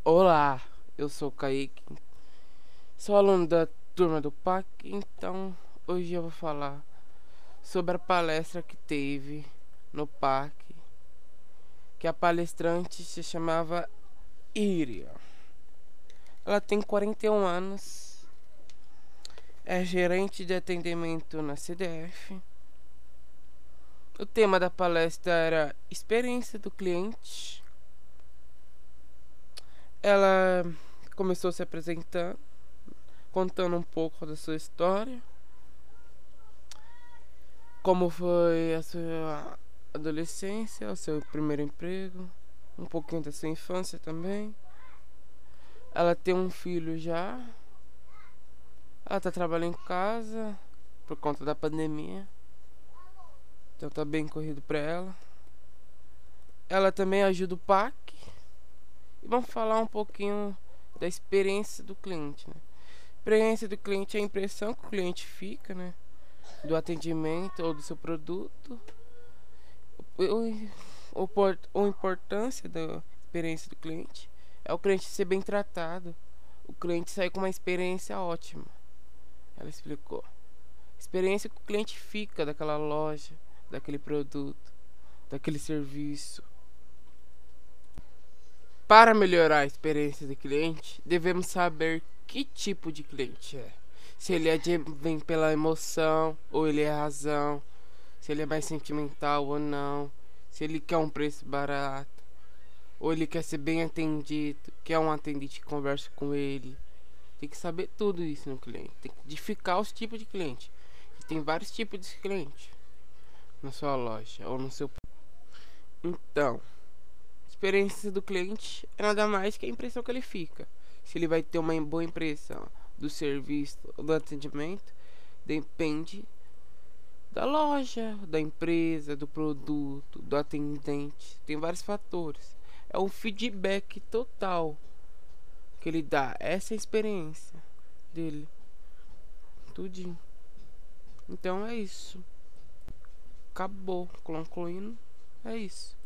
Olá, eu sou o Kaique, sou aluno da turma do PAC, então hoje eu vou falar sobre a palestra que teve no PAC, que a palestrante se chamava Iria. Ela tem 41 anos, é gerente de atendimento na CDF. O tema da palestra era experiência do cliente. Ela começou se apresentando, contando um pouco da sua história, como foi a sua adolescência, o seu primeiro emprego, um pouquinho da sua infância também. Ela tem um filho já. Ela tá trabalhando em casa por conta da pandemia, então tá bem corrido pra ela. Ela também ajuda o PAC. E vamos falar um pouquinho da experiência do cliente, né? A experiência do cliente é a impressão que o cliente fica, né, do atendimento ou do seu produto. A importância da experiência do cliente é o cliente ser bem tratado, o cliente sair com uma experiência ótima. Ela explicou. Experiência que o cliente fica daquela loja, daquele produto, daquele serviço. Para melhorar a experiência do cliente, devemos saber que tipo de cliente é. Se ele vem pela emoção ou ele é razão, se ele é mais sentimental ou não, se ele quer um preço barato ou ele quer ser bem atendido, quer um atendente que converse com ele. Tem que saber tudo isso no cliente. Tem que identificar os tipos de cliente. E tem vários tipos de cliente na sua loja ou no seu. Então, a experiência do cliente é nada mais que a impressão que ele fica. Se ele vai ter uma boa impressão do serviço ou do atendimento, depende da loja, da empresa, do produto, do atendente. Tem vários fatores. É um feedback total que ele dá. Essa é a experiência dele. Tudinho. Então é isso. Acabou. Concluindo, é isso.